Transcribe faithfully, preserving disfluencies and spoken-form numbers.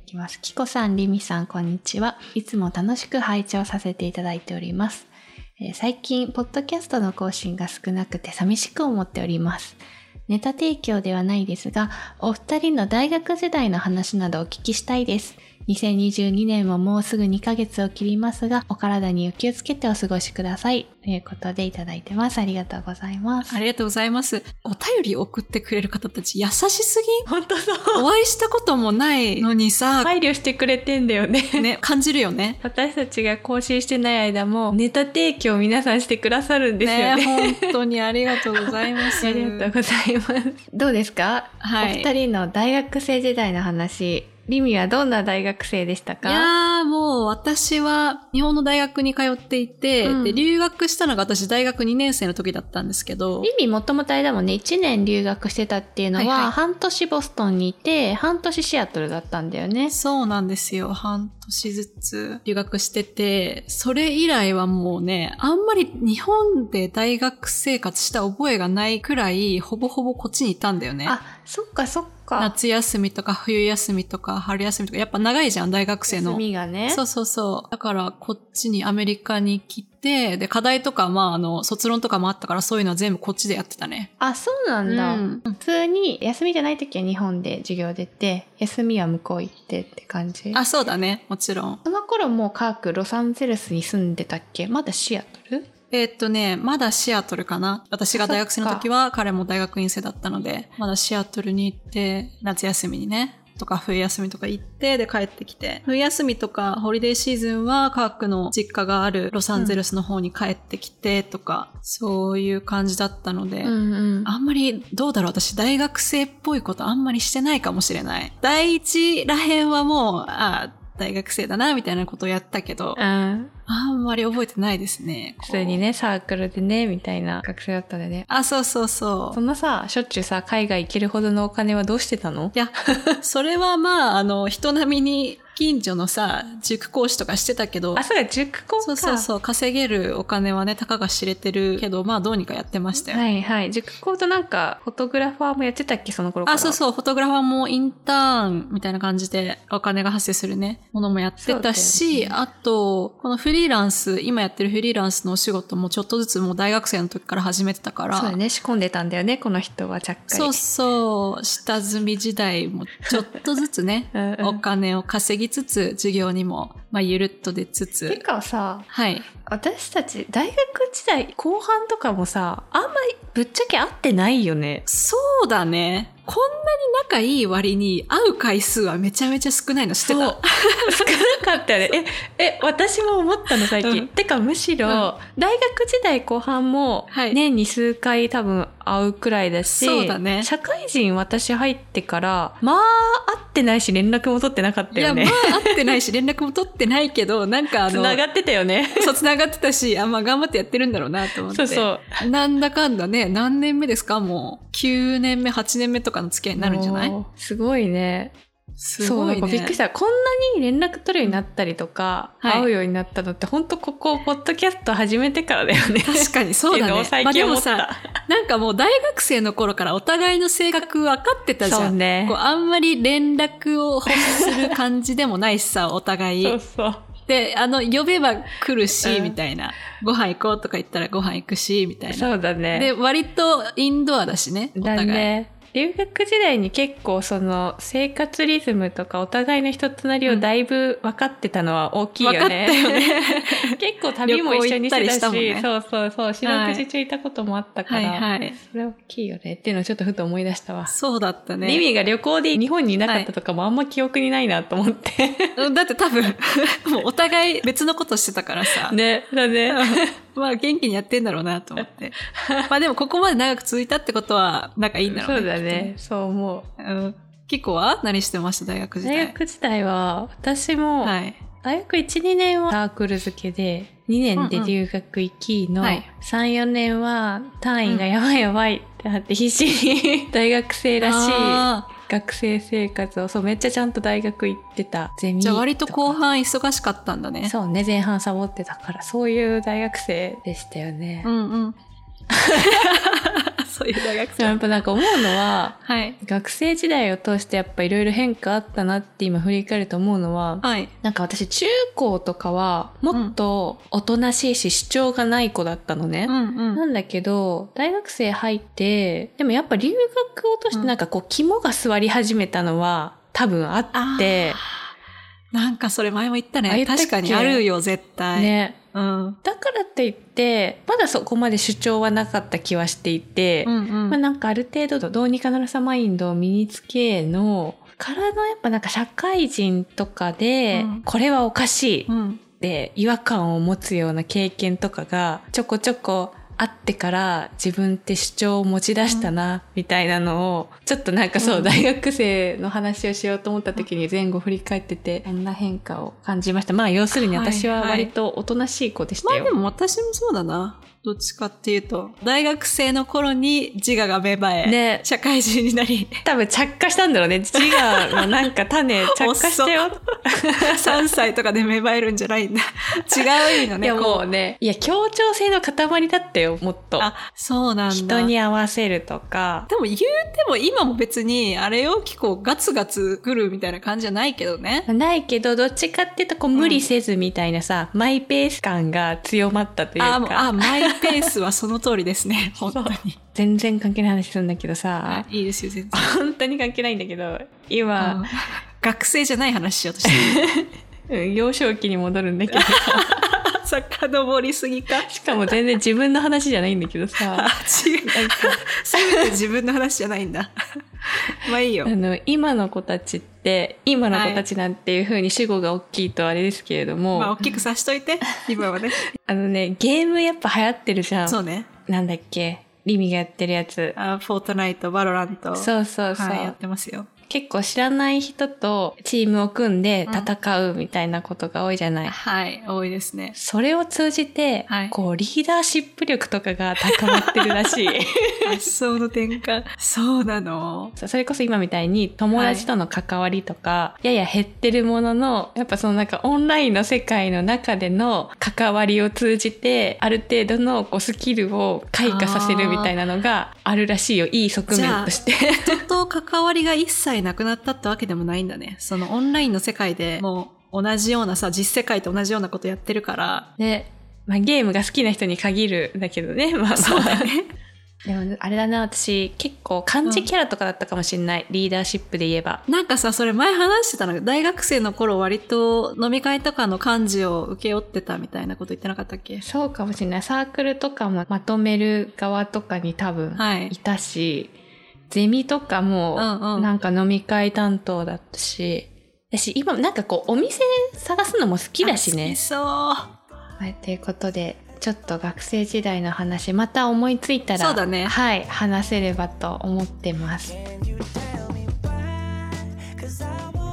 きます。キコさん、リミさん、こんにちは。いつも楽しく拝聴させていただいております。えー、最近、ポッドキャストの更新が少なくて寂しく思っております。ネタ提供ではないですが、お二人の大学時代の話などお聞きしたいです。にせんにじゅうにねんももうすぐにかげつを切りますが、お体にお気をつけてお過ごしください。ということでいただいてます。ありがとうございます。 ありがとうございます。お便り送ってくれる方たち優しすぎん？ 本当そう。 お会いしたこともないのにさ、 配慮してくれてんだよね。 ね、感じるよね。 私たちが更新してない間もネタ提供皆さんしてくださるんですよね。 ね、本当にありがとうございます。 ありがとうございます。どうですか？はい。お二人の大学生時代の話。リミはどんな大学生でしたか？ いやーもう私は日本の大学に通っていて、うん、で留学したのが私大学にねん生の時だったんですけど、 リミもともとあれだもんね、いちねん留学してたっていうのは、はいはい、半年ボストンにいて半年シアトルだったんだよね。 そうなんですよ。半年ずつ留学してて、それ以来はもうね、あんまり日本で大学生活した覚えがないくらいほぼほぼこっちにいたんだよね。 あ、そっかそっか。 夏休みとか冬休みとか春休みとかやっぱ長いじゃん、大学生の。 休みがね。 そうそうそう。だからこっちにアメリカに来て、で課題とかまああの卒論とかもあったからそういうのは全部こっちでやってたね。 あ、そうなんだ。うん、普通に休みじゃない時は日本で授業出て、休みは向こう行ってって感じ？ あ、そうだね。もちろん。 その頃もうカークロサンゼルスに住んでたっけ？まだシアトル？ えーっとね、まだシアトルかな。私が大学生の時は彼も大学院生だったので、まだシアトルに行って、夏休みにね、とか冬休みとか行って、で帰ってきて、冬休みとかホリデーシーズンはカークの実家があるロサンゼルスの方に帰ってきてとか、うん、そういう感じだったので、うんうん、あんまりどうだろう、私大学生っぽいことあんまりしてないかもしれない。第一らへんはもう、あ大学生だなみたいなことをやったけど、うん、あんまり覚えてないですね。 普通にね、サークルでねみたいな学生だったんでね。 あ、そうそうそう。 そんなさ、しょっちゅうさ海外行けるほどのお金はどうしてたの？ いや、それはまああの人並みに近所のさ塾講師とかしてたけど、 あ、そうだ、塾講か。 そうそうそう、稼げるお金はねたかが知れてるけど、まあどうにかやってましたよ。 はいはい。塾講となんかフォトグラファーもやってたっけ、その頃から？ あ、そうそう、フォトグラファーもインターンみたいな感じでお金が発生するねものもやってたし、ね、あとこのフリーランス、今やってるフリーランスのお仕事もちょっとずつもう大学生の時から始めてたから。 そうだね、仕込んでたんだよねこの人はちゃっかり。 そうそう、下積み時代もちょっとずつねうん、うん、お金を稼ぎつつ授業にもまあゆるっと出つつ。 てかさ、 はい、 私たち大学時代後半とかもさ、あんまりぶっちゃけ会ってないよね。 そうだね。こんなに仲いい割に会う回数はめちゃめちゃ少ないの知ってた？ そう少なかったよね。え、え、私も思ったの最近。うん、てかむしろ、うん、大学時代後半も年に数回多分会うくらいだし、 そうだね。 社会人私入ってからまあ会ってないし連絡も取ってなかったよね。 いやまあ会ってないし連絡も取ってないけど、なんかあの繋がってたよね。 そう繋がってたし、あまあ頑張ってやってるんだろうなと思って。 そうそう。 なんだかんだね、何年目ですか？もうきゅうねんめはちねんめとかの付き合いになるんじゃない？ すごいね。 すごいね。 そう、なんかびっくりした。こんなに連絡取るようになったりとか、はい、会うようになったのって本当ここポッドキャスト始めてからだよね。 確かにそうだね。 最近思った。 まあ、でもさ、なんかもう大学生の頃からお互いの性格分かってたじゃん。 そうね。 こうあんまり連絡を欲する感じでもないしさ、お互い。 そうそう。 で、あの、呼べば来るし、うん、みたいな。ご飯行こうとか言ったらご飯行くし、みたいな。 そうだね。 で、割とインドアだしね、お互い。 だね。留学時代に結構その生活リズムとかお互いの人となりをだいぶ分かってたのは大きいよね。 分かったよね。 結構旅も一緒にしてたし、たね、そうそうそう、四六時中いたこともあったから、 はいはいはい、 それ大きいよねっていうのをちょっとふと思い出したわ。 そうだったね。 リミが旅行で日本にいなかったとかもあんま記憶にないなと思って。 はい、だって多分、もうお互い別のことしてたからさ。 ね、だね。 まあ元気にやってんだろうなと思って。まあでもここまで長く続いたってことは仲いいんだろうね。 そうだね。そう思う。 うん。キコは何してました大学時代？ 大学時代は私も、はい、大学いち、にねんはサークル付けで、にねんで留学行きの、うんうんはい、さん、よねんは単位がやばいやばいってなって必死に大学生らしい学生生活を、そうめっちゃちゃんと大学行ってた。ゼミとか。 じゃあ割と後半忙しかったんだね。 そうね、前半サボってたからそういう大学生でしたよね。 うんうん。 そういう大学生。 やっぱなんか思うのは、 はい。 学生時代を通してやっぱいろいろ変化あったなって今振り返ると思うのは、 はい。 なんか私中高とかはもっとおとなしいし主張がない子だったのね。 うんうん。 なんだけど、大学生入って、でもやっぱ留学を通してなんかこう肝が座り始めたのは多分あって、 なんかそれ前も言ったね。 あ言ったっけ確かにあるよ、絶対。 ね。 うん。 だからって言って、まだそこまで主張はなかった気はしていて、 うんうん。 まあ、なんかある程度どうにかなるさマインドを身につけの、からのやっぱなんか社会人とかで、 うんこれはおかしいうんって違和感を持つような経験とかがちょこちょこあってから自分って主張を持ち出したな、みたいなのをちょっとなんかそう、 うん大学生の話をしようと思った時に前後振り返っててこんな変化を感じました。まあ要するに私は割とおとなしい子でしたよ。 まあでも私もそうだな。どっちかっていうと、大学生の頃に自我が芽生え、 ね、 社会人になり、 多分着火したんだろうね。自我のなんか種着火したよ。 さんさいとかで芽生えるんじゃないんだ。違う意味のね。 いやもうね、いや協調性の塊だったよ、もっと。 あ、そうなんだ。 人に合わせるとか。 でも言うても今も別にあれよ、結構ガツガツ来るみたいな感じじゃないけどね。 ないけど、どっちかっていうとこう無理せずみたいなさ、うん、マイペース感が強まったというか。 あ、もうあ、マイペースはその通りですね。本当に。 全然関係ない話するんだけどさ。 いいですよ、全然。 本当に関係ないんだけど、今。 学生じゃない話しようとしてる。うん、幼少期に戻るんだけどさ。 遡りすぎか。 しかも全然自分の話じゃないんだけどさ。 あ、違う。なんか、せめて自分の話じゃないんだ。まあいいよ。 あの、今の子たちって、今の子たちなんていう風に主語が大きいとあれですけれども。 まあ大きくさしといて、今はね。 あのね、ゲームやっぱ流行ってるじゃん。 そうね。 なんだっけ、リミがやってるやつ。 あ、フォートナイト、バロラント。 そうそうそう。 はい、やってますよ。 結構知らない人とチームを組んで戦うみたいなことが多いじゃない。うん、 はい、多いですね。 それを通じて、はい、こうリーダーシップ力とかが高まってるらしい。 発想の転換。そうなの。 それこそ今みたいに友達との関わりとか、はい、やや減ってるものの、やっぱそのなんかオンラインの世界の中での関わりを通じて、ある程度のこうスキルを開花させるみたいなのがあるらしいよ。いい側面として。 人と関わりが一切なくなったってわけでもないんだね。そのオンラインの世界でもう同じようなさ、実世界と同じようなことやってるから。 で、まあゲームが好きな人に限るんだけどね。まあ、まあ、 そうだね。 でもあれだな、私結構漢字キャラとかだったかもしれない、うん、リーダーシップで言えば。 なんかさ、それ前話してたの。大学生の頃割と飲み会とかの漢字を請け負ってたみたいなこと言ってなかったっけ？ そうかもしれない。サークルとかもまとめる側とかに多分いたし、はい、ゼミとかもなんか飲み会担当だったし、私今なんかこうお店探すのも好きだしね。 好きそう。 はい、ということでちょっと学生時代の話また思いついたら、 そうだね、 はい、話せればと思ってます。